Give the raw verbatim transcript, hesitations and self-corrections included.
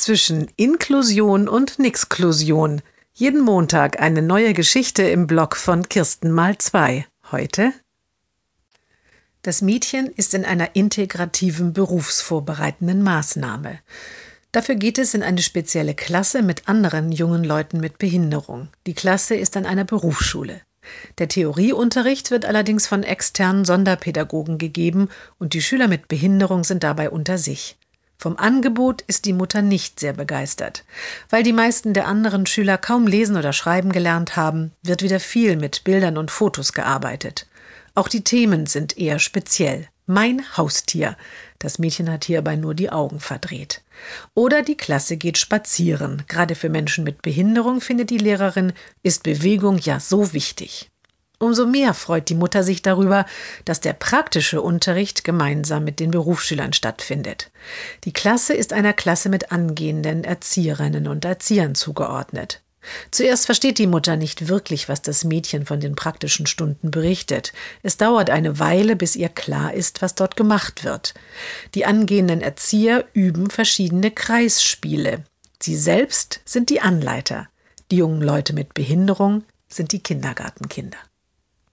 zwischen Inklusion und Nixklusion. Jeden Montag eine neue Geschichte im Blog von Kirsten mal zwei. Heute: Das Mädchen ist in einer integrativen berufsvorbereitenden Maßnahme. Dafür geht es in eine spezielle Klasse mit anderen jungen Leuten mit Behinderung. Die Klasse ist an einer Berufsschule. Der Theorieunterricht wird allerdings von externen Sonderpädagogen gegeben und die Schüler mit Behinderung sind dabei unter sich. Vom Angebot ist die Mutter nicht sehr begeistert. Weil die meisten der anderen Schüler kaum lesen oder schreiben gelernt haben, wird wieder viel mit Bildern und Fotos gearbeitet. Auch die Themen sind eher speziell. Mein Haustier. Das Mädchen hat hierbei nur die Augen verdreht. Oder die Klasse geht spazieren. Gerade für Menschen mit Behinderung, findet die Lehrerin, ist Bewegung ja so wichtig. Umso mehr freut die Mutter sich darüber, dass der praktische Unterricht gemeinsam mit den Berufsschülern stattfindet. Die Klasse ist einer Klasse mit angehenden Erzieherinnen und Erziehern zugeordnet. Zuerst versteht die Mutter nicht wirklich, was das Mädchen von den praktischen Stunden berichtet. Es dauert eine Weile, bis ihr klar ist, was dort gemacht wird. Die angehenden Erzieher üben verschiedene Kreisspiele. Sie selbst sind die Anleiter. Die jungen Leute mit Behinderung sind die Kindergartenkinder.